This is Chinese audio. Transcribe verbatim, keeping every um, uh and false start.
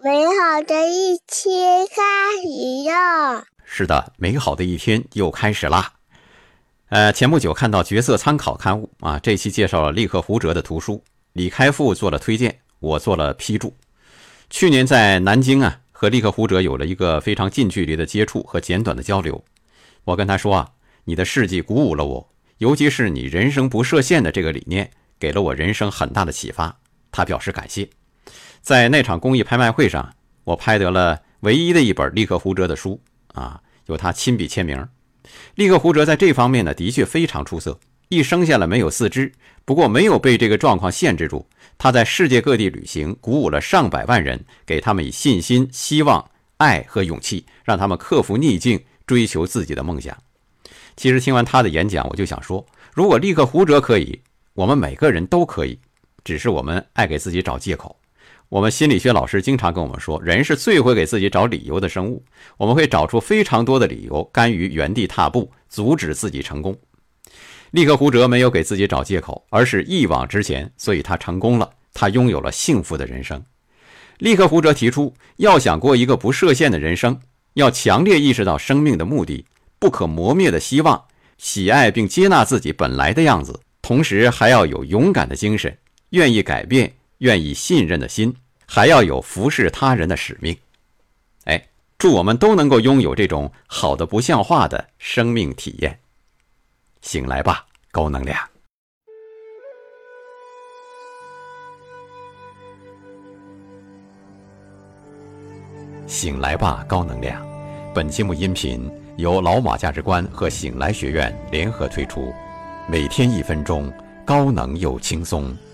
美好的一天开始了。 是的，美好的一天又开始啦。呃，前不久看到角色参考刊物啊，这期介绍了立克胡哲的图书，李开复做了推荐，我做了批注。去年在南京啊，和立克胡哲有了一个非常近距离的接触和简短的交流。我跟他说啊，你的事迹鼓舞了我，尤其是你人生不设限的这个理念，给了我人生很大的启发。他表示感谢。在那场公益拍卖会上，我拍得了唯一的一本立克胡哲的书啊，有他亲笔签名。立克胡哲在这方面呢，的确非常出色。一生下来没有四肢，不过没有被这个状况限制住。他在世界各地旅行，鼓舞了上百万人，给他们以信心、希望、爱和勇气，让他们克服逆境，追求自己的梦想。其实听完他的演讲，我就想说，如果立克胡哲可以，我们每个人都可以，只是我们爱给自己找借口。我们心理学老师经常跟我们说，人是最会给自己找理由的生物，我们会找出非常多的理由，甘于原地踏步，阻止自己成功。立克胡哲没有给自己找借口，而是一往直前，所以他成功了，他拥有了幸福的人生。立克胡哲提出，要想过一个不设限的人生，要强烈意识到生命的目的，不可磨灭的希望，喜爱并接纳自己本来的样子，同时还要有勇敢的精神，愿意改变，愿意信任的心，还要有服侍他人的使命。哎，祝我们都能够拥有这种好的不像话的生命体验。醒来吧，高能量。醒来吧，高能量。本节目音频由老马价值观和醒来学院联合推出，每天一分钟，高能又轻松。